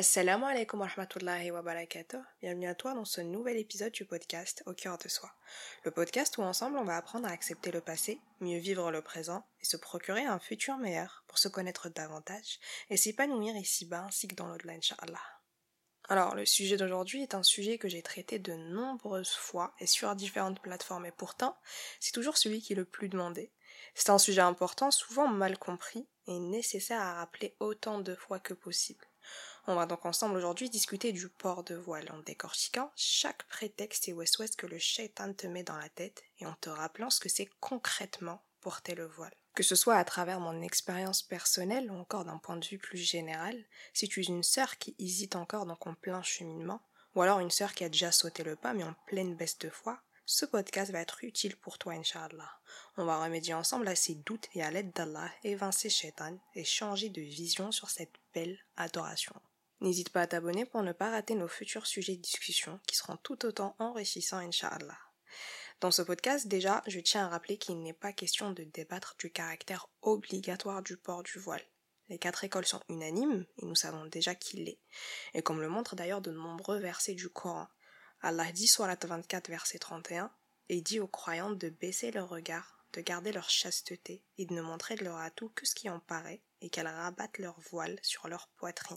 Assalamu alaikum wa rahmatullahi wa barakatuh. Bienvenue à toi dans ce nouvel épisode du podcast Au cœur de soi. Le podcast où ensemble on va apprendre à accepter le passé, mieux vivre le présent et se procurer un futur meilleur pour se connaître davantage et s'épanouir ici-bas ainsi que dans l'au-delà, Inch'Allah. Alors, le sujet d'aujourd'hui est un sujet que j'ai traité de nombreuses fois et sur différentes plateformes et pourtant, c'est toujours celui qui est le plus demandé. C'est un sujet important, souvent mal compris et nécessaire à rappeler autant de fois que possible. On va donc ensemble aujourd'hui discuter du port de voile en décortiquant chaque prétexte et ouest-ouest que le shaitan te met dans la tête et en te rappelant ce que c'est concrètement porter le voile. Que ce soit à travers mon expérience personnelle ou encore d'un point de vue plus général, si tu es une sœur qui hésite encore dans ton plein cheminement, ou alors une sœur qui a déjà sauté le pas mais en pleine baisse de foi, ce podcast va être utile pour toi, Inch'Allah. On va remédier ensemble à ces doutes et à l'aide d'Allah évincer shaitan et changer de vision sur cette belle adoration. N'hésite pas à t'abonner pour ne pas rater nos futurs sujets de discussion qui seront tout autant enrichissants, Inch'Allah. Dans ce podcast, déjà, je tiens à rappeler qu'il n'est pas question de débattre du caractère obligatoire du port du voile. Les 4 écoles sont unanimes et nous savons déjà qu'il l'est. Et comme le montrent d'ailleurs de nombreux versets du Coran. Allah dit Surat 24 verset 31 et dit aux croyants de baisser leur regard, de garder leur chasteté et de ne montrer de leur atout que ce qui en paraît et qu'elles rabattent leur voile sur leur poitrine.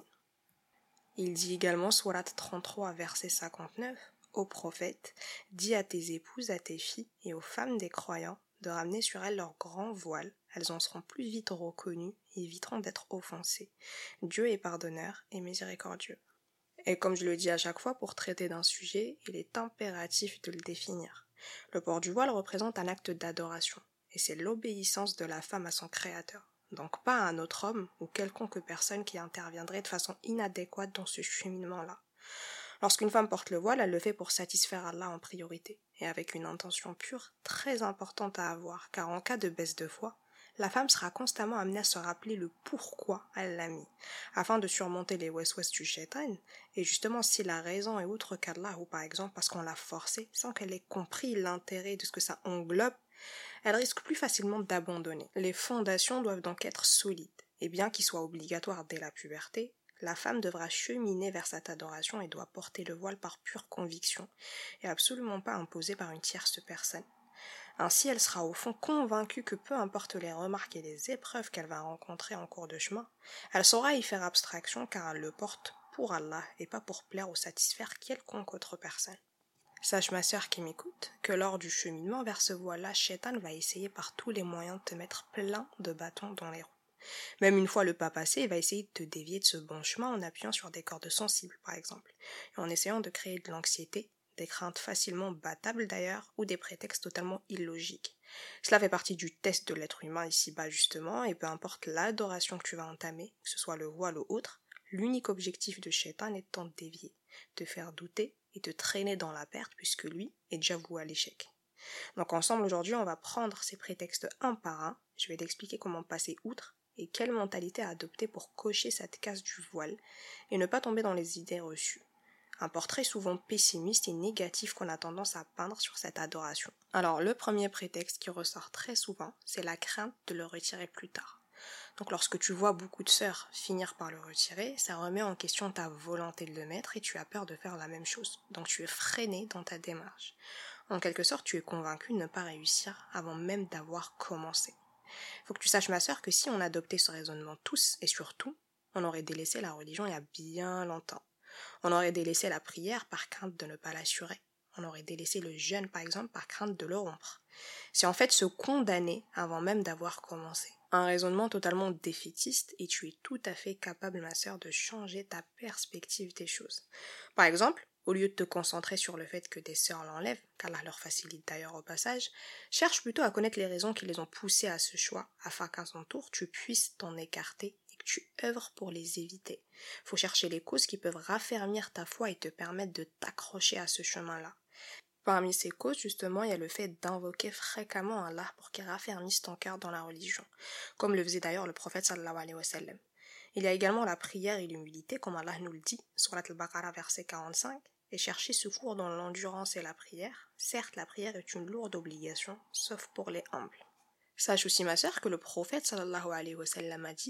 Il dit également, Surat 33, verset 59, ô prophète, dis à tes épouses, à tes filles et aux femmes des croyants de ramener sur elles leur grand voile, elles en seront plus vite reconnues et éviteront d'être offensées. Dieu est pardonneur et miséricordieux. Et comme je le dis à chaque fois, pour traiter d'un sujet, il est impératif de le définir. Le port du voile représente un acte d'adoration, et c'est l'obéissance de la femme à son créateur. Donc pas à un autre homme ou quelconque personne qui interviendrait de façon inadéquate dans ce cheminement-là. Lorsqu'une femme porte le voile, elle le fait pour satisfaire Allah en priorité, et avec une intention pure très importante à avoir, car en cas de baisse de foi, la femme sera constamment amenée à se rappeler le pourquoi elle l'a mis, afin de surmonter les ouest-ouest du shaitan, et justement si la raison est autre qu'Allah, ou par exemple parce qu'on l'a forcée, sans qu'elle ait compris l'intérêt de ce que ça englobe, elle risque plus facilement d'abandonner. Les fondations doivent donc être solides, et bien qu'il soit obligatoire dès la puberté, la femme devra cheminer vers cette adoration et doit porter le voile par pure conviction, et absolument pas imposé par une tierce personne. Ainsi, elle sera au fond convaincue que peu importe les remarques et les épreuves qu'elle va rencontrer en cours de chemin, elle saura y faire abstraction car elle le porte pour Allah et pas pour plaire ou satisfaire quelconque autre personne. Sache, ma sœur qui m'écoute, que lors du cheminement vers ce voile-là, Shaitan va essayer par tous les moyens de te mettre plein de bâtons dans les roues. Même une fois le pas passé, il va essayer de te dévier de ce bon chemin en appuyant sur des cordes sensibles, par exemple, et en essayant de créer de l'anxiété, des craintes facilement battables d'ailleurs, ou des prétextes totalement illogiques. Cela fait partie du test de l'être humain ici-bas justement, et peu importe l'adoration que tu vas entamer, que ce soit le voile ou autre, l'unique objectif de Shaitan est de t'en dévier, te faire douter, et te traîner dans la perte puisque lui est déjà voué à l'échec. Donc ensemble aujourd'hui on va prendre ces prétextes un par un, je vais t'expliquer comment passer outre et quelle mentalité à adopter pour cocher cette case du voile et ne pas tomber dans les idées reçues. Un portrait souvent pessimiste et négatif qu'on a tendance à peindre sur cette adoration. Alors le premier prétexte qui ressort très souvent, c'est la crainte de le retirer plus tard. Donc lorsque tu vois beaucoup de sœurs finir par le retirer, ça remet en question ta volonté de le mettre et tu as peur de faire la même chose. Donc tu es freiné dans ta démarche. En quelque sorte, tu es convaincu de ne pas réussir avant même d'avoir commencé. Faut que tu saches, ma sœur, que si on adoptait ce raisonnement tous et surtout, on aurait délaissé la religion il y a bien longtemps. On aurait délaissé la prière par crainte de ne pas l'assurer. On aurait délaissé le jeûne, par exemple, par crainte de le rompre. C'est en fait se condamner avant même d'avoir commencé. Un raisonnement totalement défaitiste et tu es tout à fait capable, ma sœur, de changer ta perspective des choses. Par exemple, au lieu de te concentrer sur le fait que tes sœurs l'enlèvent, qu'Allah leur facilite d'ailleurs au passage, cherche plutôt à connaître les raisons qui les ont poussées à ce choix, afin qu'à son tour tu puisses t'en écarter et que tu œuvres pour les éviter. Faut chercher les causes qui peuvent raffermir ta foi et te permettre de t'accrocher à ce chemin-là. Parmi ces causes, justement, il y a le fait d'invoquer fréquemment Allah pour qu'il raffermisse ton cœur dans la religion, comme le faisait d'ailleurs le prophète sallallahu alayhi wa sallam. Il y a également la prière et l'humilité, comme Allah nous le dit, Surat al-Baqarah, verset 45, et chercher secours dans l'endurance et la prière. Certes, la prière est une lourde obligation, sauf pour les humbles. Sache aussi, ma sœur, que le prophète sallallahu alayhi wa sallam a dit «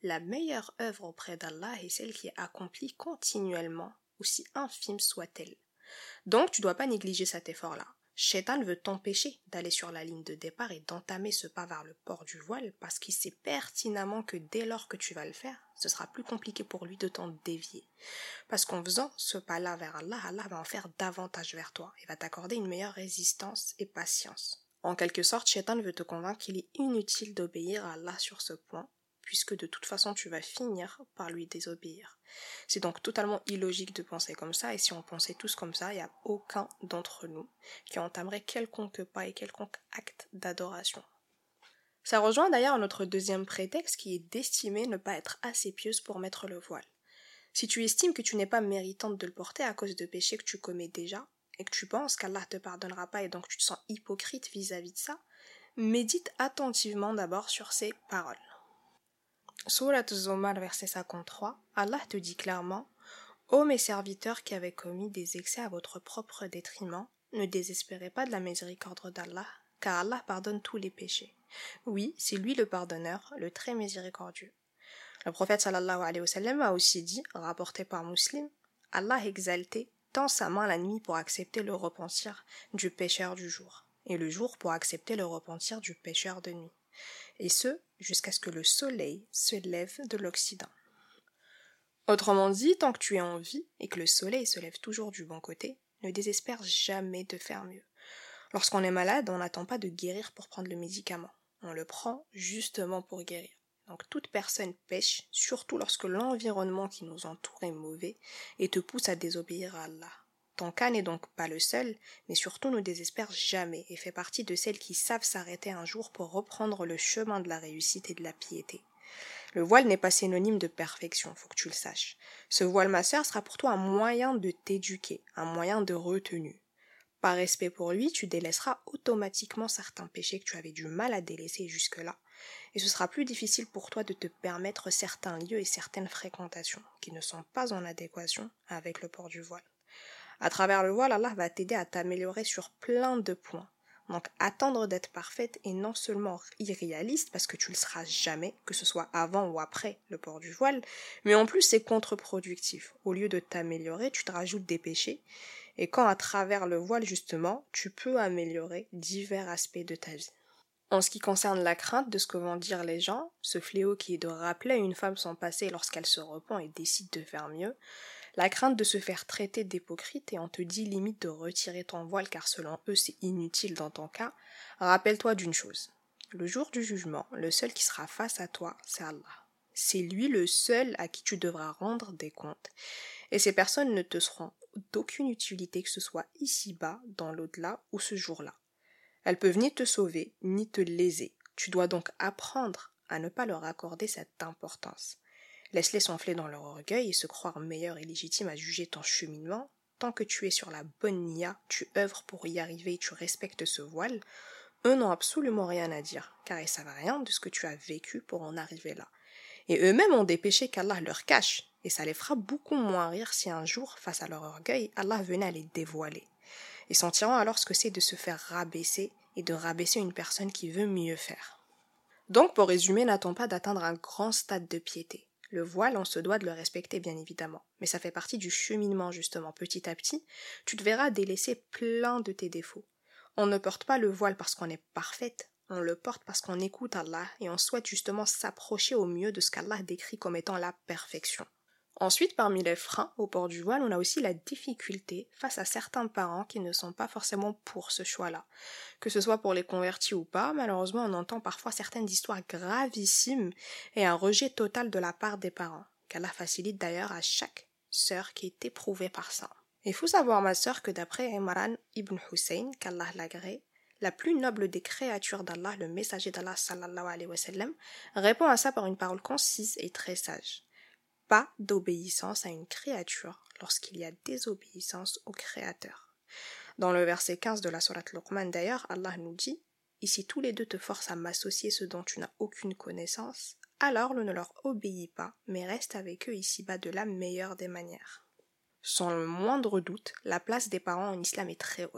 la meilleure œuvre auprès d'Allah est celle qui est accomplie continuellement, aussi infime soit-elle. Donc tu dois pas négliger cet effort-là. Shaitan veut t'empêcher d'aller sur la ligne de départ et d'entamer ce pas vers le port du voile parce qu'il sait pertinemment que dès lors que tu vas le faire, ce sera plus compliqué pour lui de t'en dévier. Parce qu'en faisant ce pas-là vers Allah, Allah va en faire davantage vers toi et va t'accorder une meilleure résistance et patience. En quelque sorte, Shaitan veut te convaincre qu'il est inutile d'obéir à Allah sur ce point, puisque de toute façon tu vas finir par lui désobéir. C'est donc totalement illogique de penser comme ça, et si on pensait tous comme ça, il n'y a aucun d'entre nous qui entamerait quelconque pas et quelconque acte d'adoration. Ça rejoint d'ailleurs notre deuxième prétexte qui est d'estimer ne pas être assez pieuse pour mettre le voile. Si tu estimes que tu n'es pas méritante de le porter à cause de péchés que tu commets déjà, et que tu penses qu'Allah ne te pardonnera pas et donc tu te sens hypocrite vis-à-vis de ça, médite attentivement d'abord sur ces paroles. Surat Az-Zumar, verset 53, Allah te dit clairement « Ô mes serviteurs qui avez commis des excès à votre propre détriment, ne désespérez pas de la miséricorde d'Allah, car Allah pardonne tous les péchés. Oui, c'est lui le pardonneur, le très miséricordieux. » Le prophète sallallahu alayhi wa sallam a aussi dit, rapporté par Muslim, « Allah exalté tend sa main la nuit pour accepter le repentir du pécheur du jour, et le jour pour accepter le repentir du pécheur de nuit. » Et ce, jusqu'à ce que le soleil se lève de l'Occident. Autrement dit, tant que tu es en vie et que le soleil se lève toujours du bon côté, ne désespère jamais de faire mieux. Lorsqu'on est malade, on n'attend pas de guérir pour prendre le médicament. On le prend justement pour guérir. Donc toute personne pêche, surtout lorsque l'environnement qui nous entoure est mauvais et te pousse à désobéir à Allah. Ton cas n'est donc pas le seul, mais surtout ne désespère jamais et fait partie de celles qui savent s'arrêter un jour pour reprendre le chemin de la réussite et de la piété. Le voile n'est pas synonyme de perfection, faut que tu le saches. Ce voile, ma sœur, sera pour toi un moyen de t'éduquer, un moyen de retenue. Par respect pour lui, tu délaisseras automatiquement certains péchés que tu avais du mal à délaisser jusque-là, et ce sera plus difficile pour toi de te permettre certains lieux et certaines fréquentations qui ne sont pas en adéquation avec le port du voile. À travers le voile, Allah va t'aider à t'améliorer sur plein de points. Donc attendre d'être parfaite est non seulement irréaliste parce que tu le seras jamais, que ce soit avant ou après le port du voile, mais en plus c'est contre-productif. Au lieu de t'améliorer, tu te rajoutes des péchés, et quand à travers le voile justement, tu peux améliorer divers aspects de ta vie. En ce qui concerne la crainte de ce que vont dire les gens, ce fléau qui est de rappeler à une femme son passé lorsqu'elle se repent et décide de faire mieux, la crainte de se faire traiter d'hypocrite et on te dit limite de retirer ton voile car selon eux c'est inutile dans ton cas, rappelle-toi d'une chose. Le jour du jugement, le seul qui sera face à toi, c'est Allah. C'est lui le seul à qui tu devras rendre des comptes. Et ces personnes ne te seront d'aucune utilité que ce soit ici-bas, dans l'au-delà ou ce jour-là. Elles peuvent ni te sauver, ni te léser. Tu dois donc apprendre à ne pas leur accorder cette importance. Laisse-les s'enfler dans leur orgueil et se croire meilleurs et légitimes à juger ton cheminement. Tant que tu es sur la bonne niya, tu œuvres pour y arriver et tu respectes ce voile, eux n'ont absolument rien à dire, car ils savent rien de ce que tu as vécu pour en arriver là. Et eux-mêmes ont des péchés qu'Allah leur cache, et ça les fera beaucoup moins rire si un jour, face à leur orgueil, Allah venait à les dévoiler. Ils sentiront alors ce que c'est de se faire rabaisser et de rabaisser une personne qui veut mieux faire. Donc, pour résumer, n'attends pas d'atteindre un grand stade de piété. Le voile, on se doit de le respecter bien évidemment, mais ça fait partie du cheminement justement. Petit à petit, tu te verras délaisser plein de tes défauts. On ne porte pas le voile parce qu'on est parfaite, on le porte parce qu'on écoute Allah et on souhaite justement s'approcher au mieux de ce qu'Allah décrit comme étant la perfection. Ensuite, parmi les freins au port du voile, on a aussi la difficulté face à certains parents qui ne sont pas forcément pour ce choix-là. Que ce soit pour les convertis ou pas, malheureusement on entend parfois certaines histoires gravissimes et un rejet total de la part des parents, qu'Allah facilite d'ailleurs à chaque sœur qui est éprouvée par ça. Il faut savoir, ma sœur, que d'après Imran ibn Hussein, qu'Allah l'agrée, la plus noble des créatures d'Allah, le messager d'Allah sallallahu alayhi wa sallam, répond à ça par une parole concise et très sage. Pas d'obéissance à une créature lorsqu'il y a désobéissance au Créateur. Dans le verset 15 de la sourate Luqman d'ailleurs, Allah nous dit « Et si tous les deux te forcent à m'associer ce dont tu n'as aucune connaissance, alors ne leur obéis pas, mais reste avec eux ici-bas de la meilleure des manières. » Sans le moindre doute, la place des parents en islam est très haute.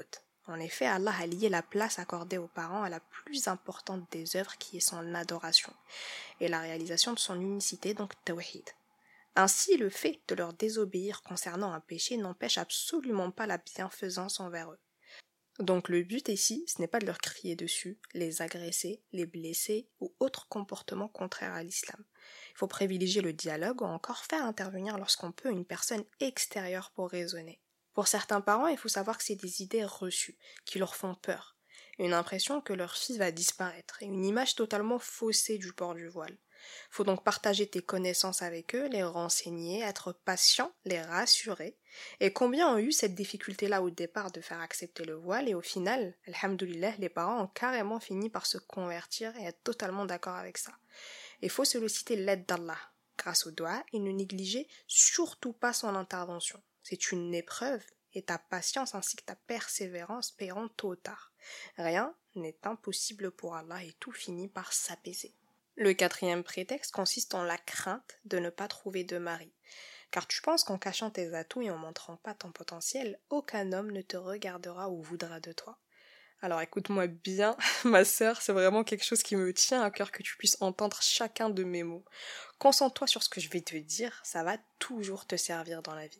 En effet, Allah a lié la place accordée aux parents à la plus importante des œuvres qui est son adoration et la réalisation de son unicité, donc tawhid. Ainsi, le fait de leur désobéir concernant un péché n'empêche absolument pas la bienfaisance envers eux. Donc le but ici, ce n'est pas de leur crier dessus, les agresser, les blesser ou autres comportements contraires à l'islam. Il faut privilégier le dialogue ou encore faire intervenir lorsqu'on peut une personne extérieure pour raisonner. Pour certains parents, il faut savoir que c'est des idées reçues, qui leur font peur, une impression que leur fils va disparaître et une image totalement faussée du port du voile. Faut donc partager tes connaissances avec eux, les renseigner, être patient, les rassurer. Et combien ont eu cette difficulté-là au départ de faire accepter le voile et au final, alhamdoulilah, les parents ont carrément fini par se convertir et être totalement d'accord avec ça. Il faut solliciter l'aide d'Allah. Grâce au doigt et ne négliger surtout pas son intervention. C'est une épreuve et ta patience ainsi que ta persévérance paieront tôt ou tard. Rien n'est impossible pour Allah et tout finit par s'apaiser. Le 4e prétexte consiste en la crainte de ne pas trouver de mari. Car tu penses qu'en cachant tes atouts et en montrant pas ton potentiel, aucun homme ne te regardera ou voudra de toi. Alors écoute-moi bien, ma sœur, c'est vraiment quelque chose qui me tient à cœur que tu puisses entendre chacun de mes mots. Concentre-toi sur ce que je vais te dire, ça va toujours te servir dans la vie.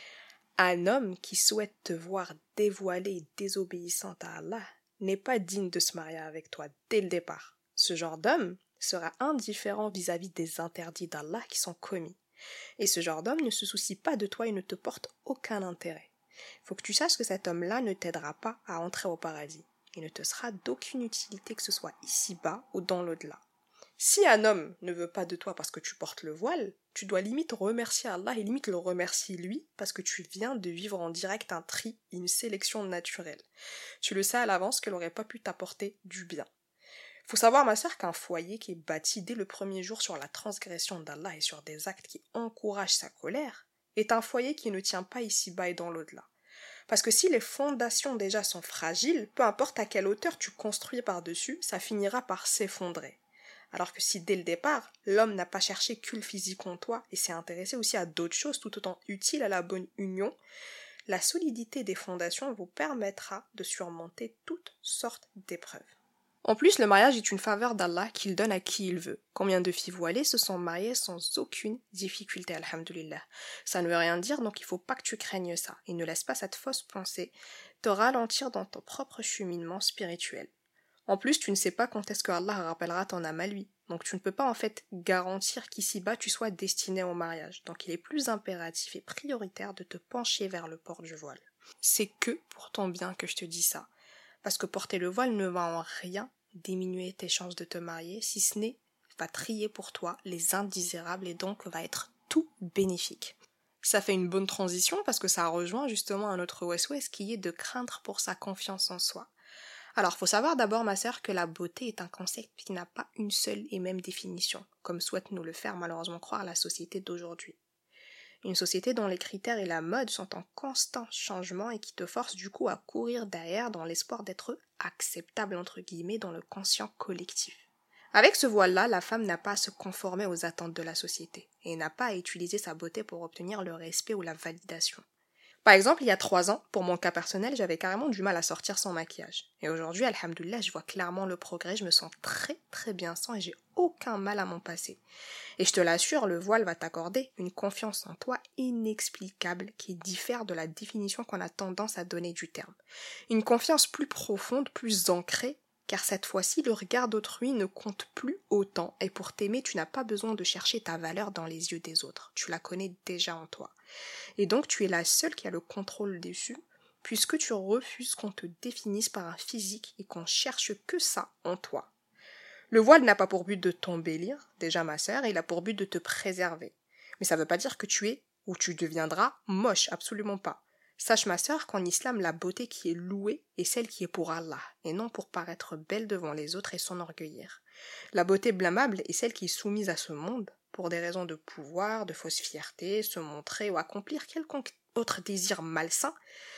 Un homme qui souhaite te voir dévoilée et désobéissante à Allah n'est pas digne de se marier avec toi dès le départ. Ce genre d'homme sera indifférent vis-à-vis des interdits d'Allah qui sont commis. Et ce genre d'homme ne se soucie pas de toi et ne te porte aucun intérêt. Il faut que tu saches que cet homme-là ne t'aidera pas à entrer au paradis. Il ne te sera d'aucune utilité que ce soit ici-bas ou dans l'au-delà. Si un homme ne veut pas de toi parce que tu portes le voile, tu dois limite remercier Allah et limite le remercier lui parce que tu viens de vivre en direct un tri, une sélection naturelle. Tu le sais à l'avance qu'elle n'aurait pas pu t'apporter du bien. Faut savoir, ma sœur, qu'un foyer qui est bâti dès le premier jour sur la transgression d'Allah et sur des actes qui encouragent sa colère, est un foyer qui ne tient pas ici-bas et dans l'au-delà. Parce que si les fondations déjà sont fragiles, peu importe à quelle hauteur tu construis par-dessus, ça finira par s'effondrer. Alors que si dès le départ, l'homme n'a pas cherché que le physique en toi et s'est intéressé aussi à d'autres choses tout autant utiles à la bonne union, la solidité des fondations vous permettra de surmonter toutes sortes d'épreuves. En plus, le mariage est une faveur d'Allah qu'il donne à qui il veut. Combien de filles voilées se sont mariées sans aucune difficulté, alhamdoulilah. Ça ne veut rien dire, donc il faut pas que tu craignes ça. Et ne laisse pas cette fausse pensée te ralentir dans ton propre cheminement spirituel. En plus, tu ne sais pas quand est-ce que Allah rappellera ton âme à lui. Donc tu ne peux pas en fait garantir qu'ici-bas tu sois destiné au mariage. Donc il est plus impératif et prioritaire de te pencher vers le port du voile. C'est que pour ton bien que je te dis ça. Parce que porter le voile ne va en rien diminuer tes chances de te marier, si ce n'est va trier pour toi les indésirables et donc va être tout bénéfique. Ça fait une bonne transition parce que ça rejoint justement un autre west-west qui est de craindre pour sa confiance en soi. Alors, faut savoir d'abord, ma sœur, que la beauté est un concept qui n'a pas une seule et même définition, comme souhaite nous le faire malheureusement croire la société d'aujourd'hui. Une société dont les critères et la mode sont en constant changement et qui te force du coup à courir derrière dans l'espoir d'être acceptable entre guillemets dans le conscient collectif. Avec ce voile-là, la femme n'a pas à se conformer aux attentes de la société et n'a pas à utiliser sa beauté pour obtenir le respect ou la validation. Par exemple, il y a 3 ans, pour mon cas personnel, j'avais carrément du mal à sortir sans maquillage. Et aujourd'hui, alhamdoulilah, je vois clairement le progrès, je me sens très très bien sans et j'ai aucun mal à m'en passer. Et je te l'assure, le voile va t'accorder une confiance en toi inexplicable qui diffère de la définition qu'on a tendance à donner du terme. Une confiance plus profonde, plus ancrée, car cette fois-ci, le regard d'autrui ne compte plus autant et pour t'aimer, tu n'as pas besoin de chercher ta valeur dans les yeux des autres. Tu la connais déjà en toi. Et donc, tu es la seule qui a le contrôle dessus, puisque tu refuses qu'on te définisse par un physique et qu'on cherche que ça en toi. Le voile n'a pas pour but de t'embellir, déjà ma sœur, il a pour but de te préserver. Mais ça ne veut pas dire que tu es ou tu deviendras moche, absolument pas. Sache ma sœur qu'en islam, la beauté qui est louée est celle qui est pour Allah, et non pour paraître belle devant les autres et s'enorgueillir. La beauté blâmable est celle qui est soumise à ce monde, pour des raisons de pouvoir, de fausse fierté, se montrer ou accomplir quelconque autre désir malsain,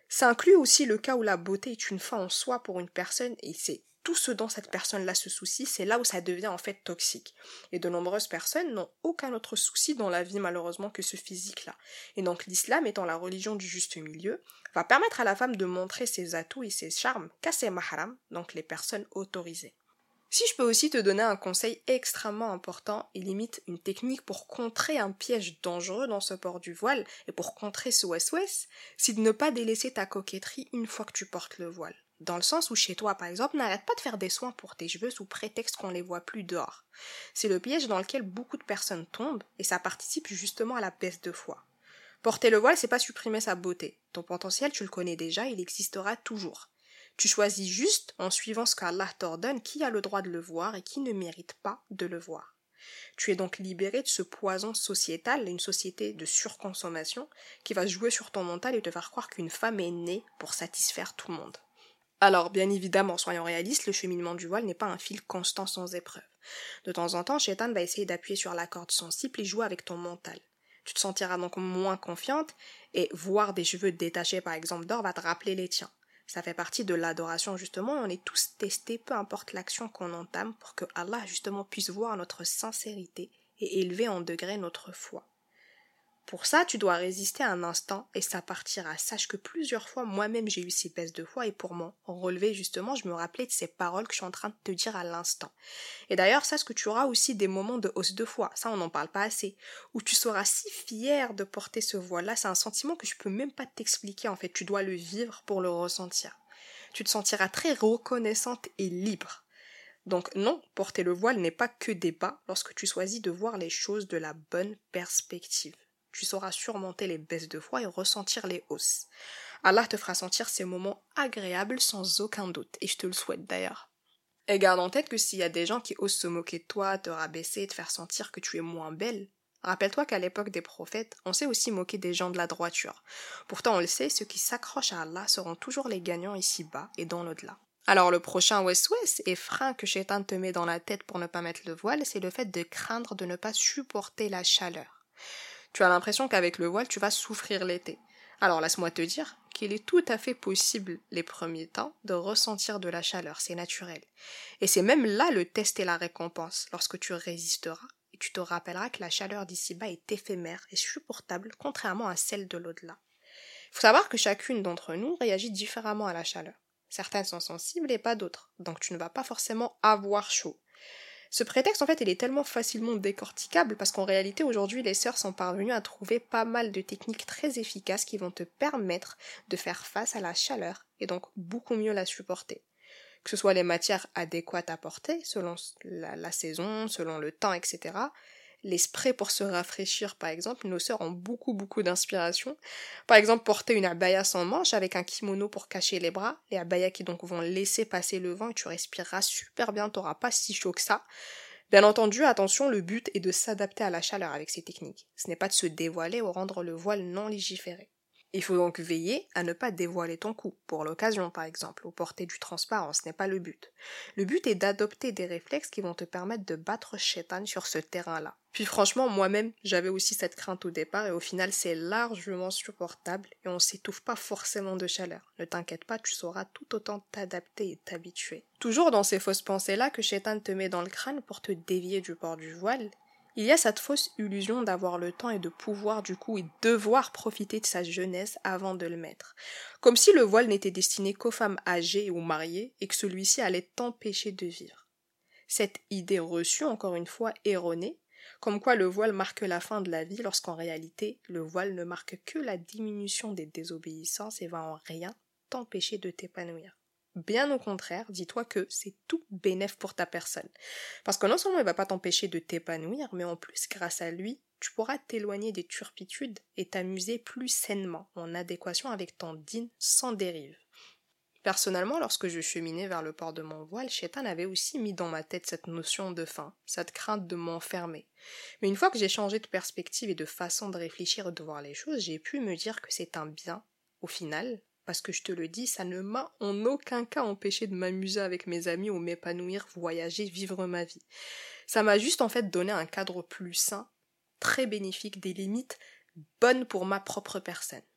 Ça inclut aussi le cas où la beauté est une fin en soi pour une personne et c'est tout ce dont cette personne-là se soucie, c'est là où ça devient en fait toxique. Et de nombreuses personnes n'ont aucun autre souci dans la vie malheureusement que ce physique-là. Et donc l'islam étant la religion du juste milieu, va permettre à la femme de montrer ses atouts et ses charmes qu'à ses mahram, donc les personnes autorisées. Si je peux aussi te donner un conseil extrêmement important et limite une technique pour contrer un piège dangereux dans ce port du voile et pour contrer ce west-west, c'est de ne pas délaisser ta coquetterie une fois que tu portes le voile. Dans le sens où chez toi, par exemple, n'arrête pas de faire des soins pour tes cheveux sous prétexte qu'on les voit plus dehors. C'est le piège dans lequel beaucoup de personnes tombent et ça participe justement à la baisse de foi. Porter le voile, c'est pas supprimer sa beauté. Ton potentiel, tu le connais déjà, il existera toujours. Tu choisis juste en suivant ce qu'Allah t'ordonne qui a le droit de le voir et qui ne mérite pas de le voir. Tu es donc libéré de ce poison sociétal, une société de surconsommation qui va jouer sur ton mental et te faire croire qu'une femme est née pour satisfaire tout le monde. Alors, bien évidemment, soyons réalistes, le cheminement du voile n'est pas un fil constant sans épreuve. De temps en temps, Shaitan va essayer d'appuyer sur la corde sensible et jouer avec ton mental. Tu te sentiras donc moins confiante et voir des cheveux détachés par exemple d'or va te rappeler les tiens. Ça fait partie de l'adoration justement, on est tous testés, peu importe l'action qu'on entame, pour que Allah justement puisse voir notre sincérité et élever en degré notre foi. Pour ça, tu dois résister un instant et ça partira. Sache que plusieurs fois, moi-même, j'ai eu ces baisses de foi et pour m'en relever justement, je me rappelais de ces paroles que je suis en train de te dire à l'instant. Et d'ailleurs, sache que tu auras aussi des moments de hausse de foi, ça on n'en parle pas assez, où tu seras si fier de porter ce voile-là, c'est un sentiment que je peux même pas t'expliquer en fait, tu dois le vivre pour le ressentir. Tu te sentiras très reconnaissante et libre. Donc non, porter le voile n'est pas que des bas lorsque tu choisis de voir les choses de la bonne perspective. Tu sauras surmonter les baisses de foi et ressentir les hausses. Allah te fera sentir ces moments agréables sans aucun doute, et je te le souhaite d'ailleurs. Et garde en tête que s'il y a des gens qui osent se moquer de toi, te rabaisser, te faire sentir que tu es moins belle, rappelle-toi qu'à l'époque des prophètes, on s'est aussi moqué des gens de la droiture. Pourtant on le sait, ceux qui s'accrochent à Allah seront toujours les gagnants ici-bas et dans l'au-delà. Alors le prochain west-west et frein que Shaitan te met dans la tête pour ne pas mettre le voile, c'est le fait de craindre de ne pas supporter la chaleur. Tu as l'impression qu'avec le voile, tu vas souffrir l'été. Alors laisse-moi te dire qu'il est tout à fait possible les premiers temps de ressentir de la chaleur, c'est naturel. Et c'est même là le test et la récompense, lorsque tu résisteras et tu te rappelleras que la chaleur d'ici-bas est éphémère et supportable contrairement à celle de l'au-delà. Il faut savoir que chacune d'entre nous réagit différemment à la chaleur. Certaines sont sensibles et pas d'autres, donc tu ne vas pas forcément avoir chaud. Ce prétexte, en fait, il est tellement facilement décorticable parce qu'en réalité, aujourd'hui, les sœurs sont parvenues à trouver pas mal de techniques très efficaces qui vont te permettre de faire face à la chaleur et donc beaucoup mieux la supporter. Que ce soit les matières adéquates à porter, selon la saison, selon le temps, etc. Les sprays pour se rafraîchir, par exemple, nos sœurs ont beaucoup d'inspiration. Par exemple, porter une abaya sans manches avec un kimono pour cacher les bras, les abayas qui donc vont laisser passer le vent et tu respireras super bien, t'auras pas si chaud que ça. Bien entendu, attention, le but est de s'adapter à la chaleur avec ces techniques. Ce n'est pas de se dévoiler ou rendre le voile non légiféré. Il faut donc veiller à ne pas dévoiler ton cou, pour l'occasion par exemple, ou porter du transparent, ce n'est pas le but. Le but est d'adopter des réflexes qui vont te permettre de battre Shaitan sur ce terrain-là. Puis franchement, moi-même, j'avais aussi cette crainte au départ, et au final, c'est largement supportable, et on s'étouffe pas forcément de chaleur. Ne t'inquiète pas, tu sauras tout autant t'adapter et t'habituer. Toujours dans ces fausses pensées-là que Shaitan te met dans le crâne pour te dévier du port du voile, il y a cette fausse illusion d'avoir le temps et de pouvoir du coup et devoir profiter de sa jeunesse avant de le mettre. Comme si le voile n'était destiné qu'aux femmes âgées ou mariées et que celui-ci allait t'empêcher de vivre. Cette idée reçue, encore une fois erronée, comme quoi le voile marque la fin de la vie lorsqu'en réalité le voile ne marque que la diminution des désobéissances et va en rien t'empêcher de t'épanouir. Bien au contraire, dis-toi que c'est tout bénef pour ta personne. Parce que non seulement il va pas t'empêcher de t'épanouir, mais en plus, grâce à lui, tu pourras t'éloigner des turpitudes et t'amuser plus sainement, en adéquation avec ton dîn sans dérive. Personnellement, lorsque je cheminais vers le port de mon voile, Shaitan avait aussi mis dans ma tête cette notion de faim, cette crainte de m'enfermer. Mais une fois que j'ai changé de perspective et de façon de réfléchir et de voir les choses, j'ai pu me dire que c'est un bien, au final, parce que je te le dis, ça ne m'a en aucun cas empêché de m'amuser avec mes amis ou m'épanouir, voyager, vivre ma vie. Ça m'a juste en fait donné un cadre plus sain, très bénéfique, des limites bonnes pour ma propre personne.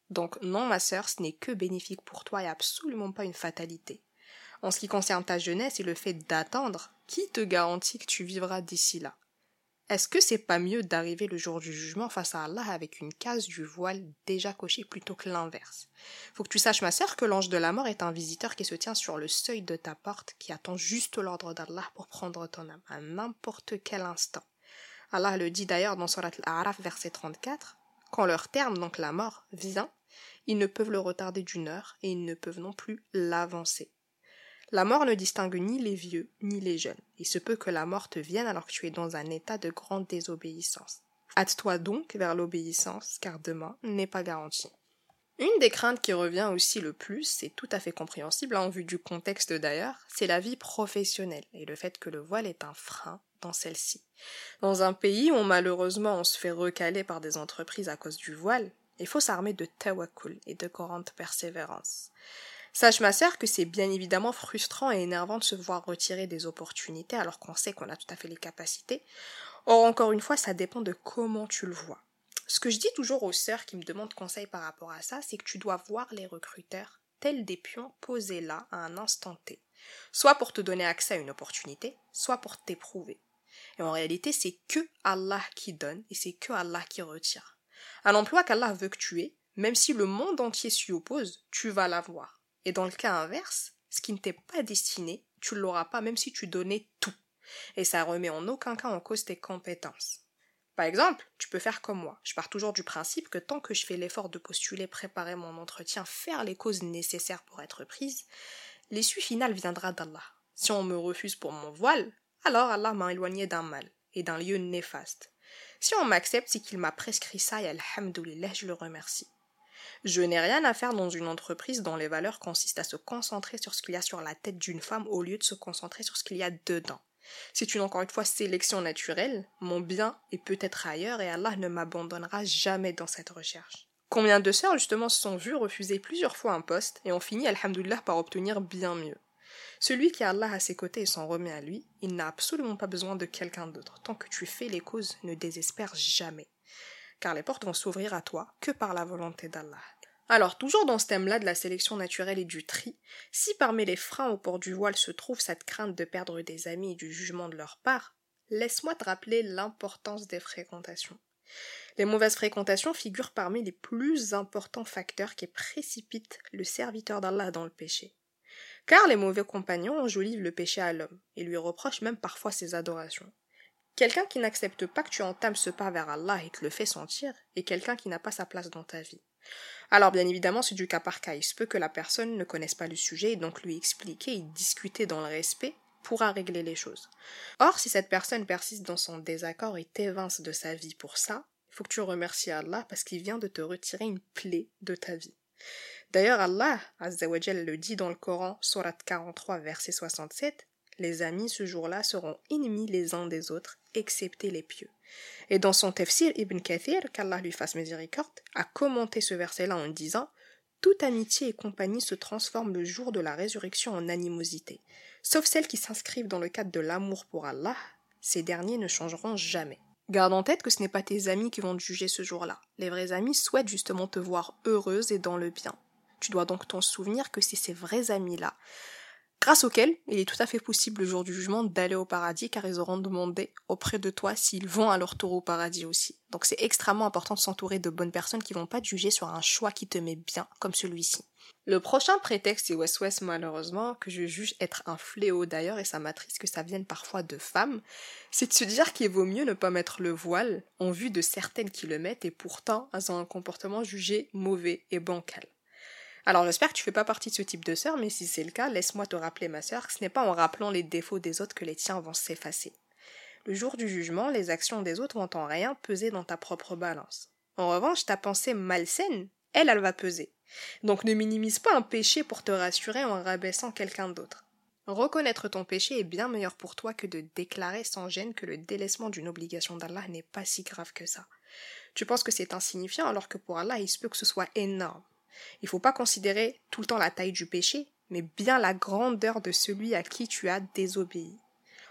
Donc non ma sœur, ce n'est que bénéfique pour toi et absolument pas une fatalité. En ce qui concerne ta jeunesse et le fait d'attendre, qui te garantit que tu vivras d'ici là? Est-ce que c'est pas mieux d'arriver le jour du jugement face à Allah avec une case du voile déjà cochée plutôt que l'inverse? Faut que tu saches, ma sœur, que l'ange de la mort est un visiteur qui se tient sur le seuil de ta porte, qui attend juste l'ordre d'Allah pour prendre ton âme à n'importe quel instant. Allah le dit d'ailleurs dans Surat Al-A'raf, verset 34, « Quand leur terme, donc la mort, vient, ils ne peuvent le retarder d'une heure et ils ne peuvent non plus l'avancer. » La mort ne distingue ni les vieux ni les jeunes. Il se peut que la mort te vienne alors que tu es dans un état de grande désobéissance. Hâte-toi donc vers l'obéissance, car demain n'est pas garanti. Une des craintes qui revient aussi le plus, c'est tout à fait compréhensible en vue du contexte d'ailleurs, c'est la vie professionnelle et le fait que le voile est un frein dans celle-ci. Dans un pays où malheureusement on se fait recaler par des entreprises à cause du voile, il faut s'armer de tawakkul et de grande persévérance. Sache ma sœur que c'est bien évidemment frustrant et énervant de se voir retirer des opportunités alors qu'on sait qu'on a tout à fait les capacités. Or encore une fois, ça dépend de comment tu le vois. Ce que je dis toujours aux sœurs qui me demandent conseil par rapport à ça, c'est que tu dois voir les recruteurs tels des pions posés là à un instant T. Soit pour te donner accès à une opportunité, soit pour t'éprouver. Et en réalité, c'est que Allah qui donne et c'est que Allah qui retire. Un emploi qu'Allah veut que tu aies, même si le monde entier s'y oppose, tu vas l'avoir. Et dans le cas inverse, ce qui ne t'est pas destiné, tu ne l'auras pas même si tu donnais tout. Et ça remet en aucun cas en cause tes compétences. Par exemple, tu peux faire comme moi. Je pars toujours du principe que tant que je fais l'effort de postuler, préparer mon entretien, faire les causes nécessaires pour être prise, l'issue finale viendra d'Allah. Si on me refuse pour mon voile, alors Allah m'a éloigné d'un mal et d'un lieu néfaste. Si on m'accepte, c'est qu'il m'a prescrit ça et alhamdoulilah, je le remercie. Je n'ai rien à faire dans une entreprise dont les valeurs consistent à se concentrer sur ce qu'il y a sur la tête d'une femme au lieu de se concentrer sur ce qu'il y a dedans. C'est encore une fois sélection naturelle, mon bien est peut-être ailleurs et Allah ne m'abandonnera jamais dans cette recherche. Combien de sœurs justement se sont vues refuser plusieurs fois un poste et ont fini alhamdoulilah par obtenir bien mieux. Celui qui a Allah à ses côtés et s'en remet à lui, il n'a absolument pas besoin de quelqu'un d'autre. Tant que tu fais les causes, ne désespère jamais. Car les portes vont s'ouvrir à toi que par la volonté d'Allah. Alors, toujours dans ce thème-là de la sélection naturelle et du tri, si parmi les freins au port du voile se trouve cette crainte de perdre des amis et du jugement de leur part, laisse-moi te rappeler l'importance des fréquentations. Les mauvaises fréquentations figurent parmi les plus importants facteurs qui précipitent le serviteur d'Allah dans le péché. Car les mauvais compagnons enjolivent le péché à l'homme et lui reprochent même parfois ses adorations. Quelqu'un qui n'accepte pas que tu entames ce pas vers Allah et te le fait sentir est quelqu'un qui n'a pas sa place dans ta vie. Alors bien évidemment c'est du cas par cas, il se peut que la personne ne connaisse pas le sujet et donc lui expliquer et discuter dans le respect pourra régler les choses. Or si cette personne persiste dans son désaccord et t'évince de sa vie pour ça, il faut que tu remercies Allah parce qu'il vient de te retirer une plaie de ta vie. D'ailleurs Allah Azza wa Jal le dit dans le Coran, Surat 43 verset 67, les amis ce jour-là seront ennemis les uns des autres, excepté les pieux. Et dans son tafsir, Ibn Kathir, qu'Allah lui fasse miséricorde, a commenté ce verset-là en disant « Toute amitié et compagnie se transforme le jour de la résurrection en animosité. Sauf celles qui s'inscrivent dans le cadre de l'amour pour Allah, ces derniers ne changeront jamais. » Garde en tête que ce n'est pas tes amis qui vont te juger ce jour-là. Les vrais amis souhaitent justement te voir heureuse et dans le bien. Tu dois donc t'en souvenir que c'est ces vrais amis-là grâce auquel il est tout à fait possible le jour du jugement d'aller au paradis car ils auront demandé auprès de toi s'ils vont à leur tour au paradis aussi. Donc c'est extrêmement important de s'entourer de bonnes personnes qui vont pas te juger sur un choix qui te met bien comme celui-ci. Le prochain prétexte, et West malheureusement, que je juge être un fléau d'ailleurs, et ça m'attriste que ça vienne parfois de femmes, c'est de se dire qu'il vaut mieux ne pas mettre le voile en vue de certaines qui le mettent et pourtant elles ont un comportement jugé mauvais et bancal. Alors j'espère que tu fais pas partie de ce type de sœur, mais si c'est le cas, laisse-moi te rappeler ma sœur que ce n'est pas en rappelant les défauts des autres que les tiens vont s'effacer. Le jour du jugement, les actions des autres vont en rien peser dans ta propre balance. En revanche, ta pensée malsaine, elle va peser. Donc ne minimise pas un péché pour te rassurer en rabaissant quelqu'un d'autre. Reconnaître ton péché est bien meilleur pour toi que de déclarer sans gêne que le délaissement d'une obligation d'Allah n'est pas si grave que ça. Tu penses que c'est insignifiant alors que pour Allah, il se peut que ce soit énorme. Il ne faut pas considérer tout le temps la taille du péché, mais bien la grandeur de celui à qui tu as désobéi.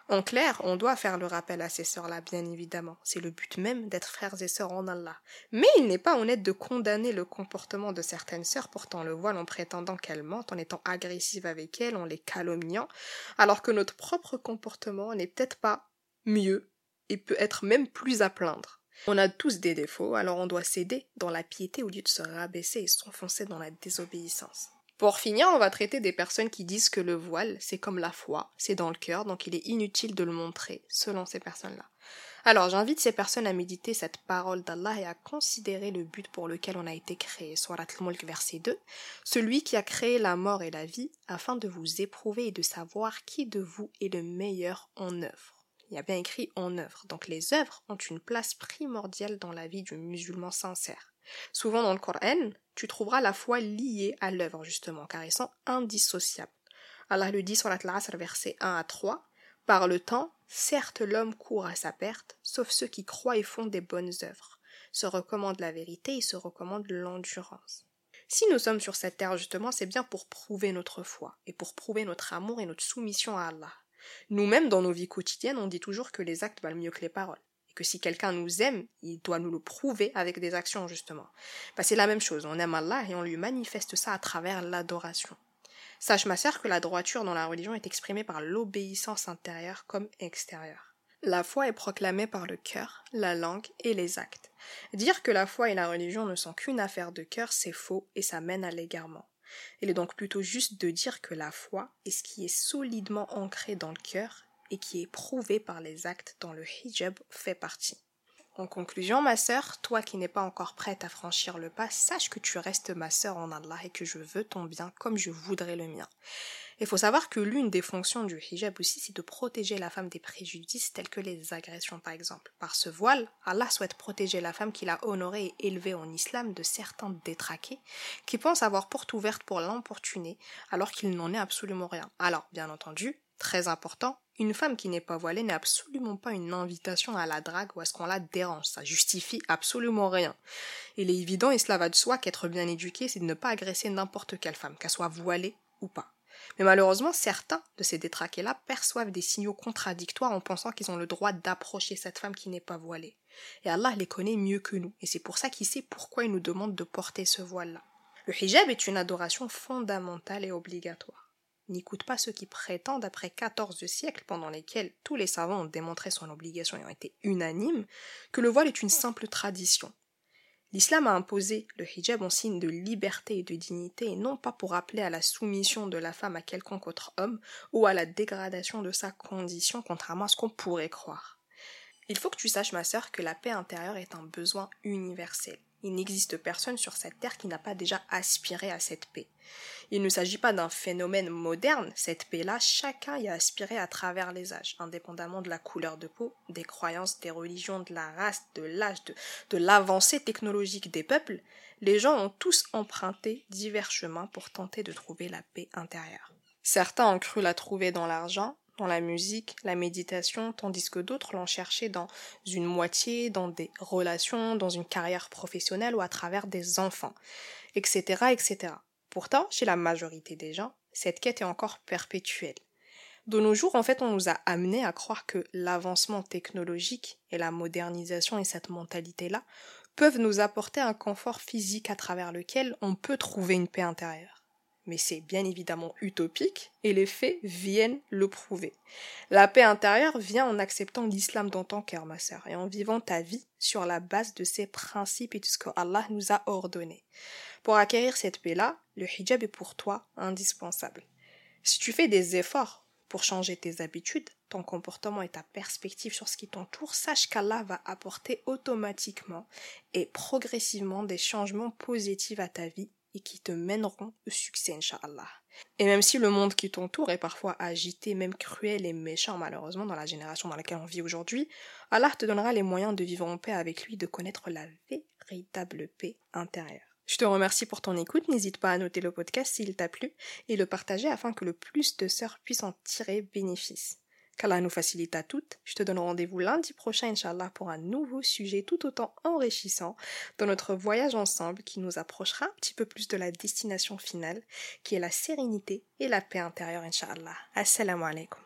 En clair, on doit faire le rappel à ces sœurs-là, bien évidemment. C'est le but même d'être frères et sœurs en Allah. Mais il n'est pas honnête de condamner le comportement de certaines sœurs portant le voile en prétendant qu'elles mentent, en étant agressives avec elles, en les calomniant, alors que notre propre comportement n'est peut-être pas mieux et peut être même plus à plaindre. On a tous des défauts, alors on doit céder dans la piété au lieu de se rabaisser et s'enfoncer dans la désobéissance. Pour finir, on va traiter des personnes qui disent que le voile, c'est comme la foi, c'est dans le cœur, donc il est inutile de le montrer, selon ces personnes-là. Alors j'invite ces personnes à méditer cette parole d'Allah et à considérer le but pour lequel on a été créé. Surat Al-Mulk, verset 2. Celui qui a créé la mort et la vie, afin de vous éprouver et de savoir qui de vous est le meilleur en œuvre. Il y a bien écrit en œuvre, donc les œuvres ont une place primordiale dans la vie du musulman sincère. Souvent dans le Coran, tu trouveras la foi liée à l'œuvre justement, car ils sont indissociables. Allah le dit sur Al-Asr, versets 1 à 3. Par le temps, certes l'homme court à sa perte, sauf ceux qui croient et font des bonnes œuvres, se recommandent la vérité et se recommandent l'endurance. Si nous sommes sur cette terre justement, c'est bien pour prouver notre foi, et pour prouver notre amour et notre soumission à Allah. Nous-mêmes, dans nos vies quotidiennes, on dit toujours que les actes valent mieux que les paroles. Et que si quelqu'un nous aime, il doit nous le prouver avec des actions, justement. C'est la même chose, on aime Allah et on lui manifeste ça à travers l'adoration. Sache, ma sœur, que la droiture dans la religion est exprimée par l'obéissance intérieure comme extérieure. La foi est proclamée par le cœur, la langue et les actes. Dire que la foi et la religion ne sont qu'une affaire de cœur, c'est faux et ça mène à l'égarement. Il est donc plutôt juste de dire que la foi est ce qui est solidement ancré dans le cœur et qui est prouvé par les actes dont le hijab fait partie. En conclusion, ma sœur, toi qui n'es pas encore prête à franchir le pas, sache que tu restes ma sœur en Allah et que je veux ton bien comme je voudrais le mien. Il faut savoir que l'une des fonctions du hijab aussi, c'est de protéger la femme des préjudices tels que les agressions par exemple. Par ce voile, Allah souhaite protéger la femme qu'il a honorée et élevée en islam de certains détraqués qui pensent avoir porte ouverte pour l'importuner alors qu'il n'en est absolument rien. Alors, bien entendu, très important, une femme qui n'est pas voilée n'est absolument pas une invitation à la drague ou à ce qu'on la dérange, ça justifie absolument rien. Il est évident et cela va de soi qu'être bien éduqué, c'est de ne pas agresser n'importe quelle femme, qu'elle soit voilée ou pas. Mais malheureusement, certains de ces détraqués-là perçoivent des signaux contradictoires en pensant qu'ils ont le droit d'approcher cette femme qui n'est pas voilée. Et Allah les connaît mieux que nous, et c'est pour ça qu'il sait pourquoi il nous demande de porter ce voile-là. Le hijab est une adoration fondamentale et obligatoire. N'écoute pas ceux qui prétendent, après 14 siècles pendant lesquels tous les savants ont démontré son obligation et ont été unanimes, que le voile est une simple tradition. L'islam a imposé le hijab en signe de liberté et de dignité et non pas pour appeler à la soumission de la femme à quelconque autre homme ou à la dégradation de sa condition contrairement à ce qu'on pourrait croire. Il faut que tu saches, ma sœur, que la paix intérieure est un besoin universel. Il n'existe personne sur cette terre qui n'a pas déjà aspiré à cette paix. Il ne s'agit pas d'un phénomène moderne, cette paix-là, chacun y a aspiré à travers les âges, indépendamment de la couleur de peau, des croyances, des religions, de la race, de l'âge, de l'avancée technologique des peuples. Les gens ont tous emprunté divers chemins pour tenter de trouver la paix intérieure. Certains ont cru la trouver dans l'argent, dans la musique, la méditation, tandis que d'autres l'ont cherché dans une moitié, dans des relations, dans une carrière professionnelle ou à travers des enfants, etc., etc. Pourtant, chez la majorité des gens, cette quête est encore perpétuelle. De nos jours, en fait, on nous a amenés à croire que l'avancement technologique et la modernisation et cette mentalité-là peuvent nous apporter un confort physique à travers lequel on peut trouver une paix intérieure. Mais c'est bien évidemment utopique et les faits viennent le prouver. La paix intérieure vient en acceptant l'islam dans ton cœur, ma sœur, et en vivant ta vie sur la base de ses principes et de ce que Allah nous a ordonné. Pour acquérir cette paix-là, le hijab est pour toi indispensable. Si tu fais des efforts pour changer tes habitudes, ton comportement et ta perspective sur ce qui t'entoure, sache qu'Allah va apporter automatiquement et progressivement des changements positifs à ta vie et qui te mèneront au succès, Inch'Allah. Et même si le monde qui t'entoure est parfois agité, même cruel et méchant, malheureusement, dans la génération dans laquelle on vit aujourd'hui, Allah te donnera les moyens de vivre en paix avec lui, de connaître la véritable paix intérieure. Je te remercie pour ton écoute, n'hésite pas à noter le podcast s'il t'a plu et le partager afin que le plus de sœurs puissent en tirer bénéfice. Qu'Allah nous facilite à toutes. Je te donne rendez-vous lundi prochain, Inch'Allah, pour un nouveau sujet tout autant enrichissant dans notre voyage ensemble qui nous approchera un petit peu plus de la destination finale, qui est la sérénité et la paix intérieure, Inch'Allah. Assalamu alaikum.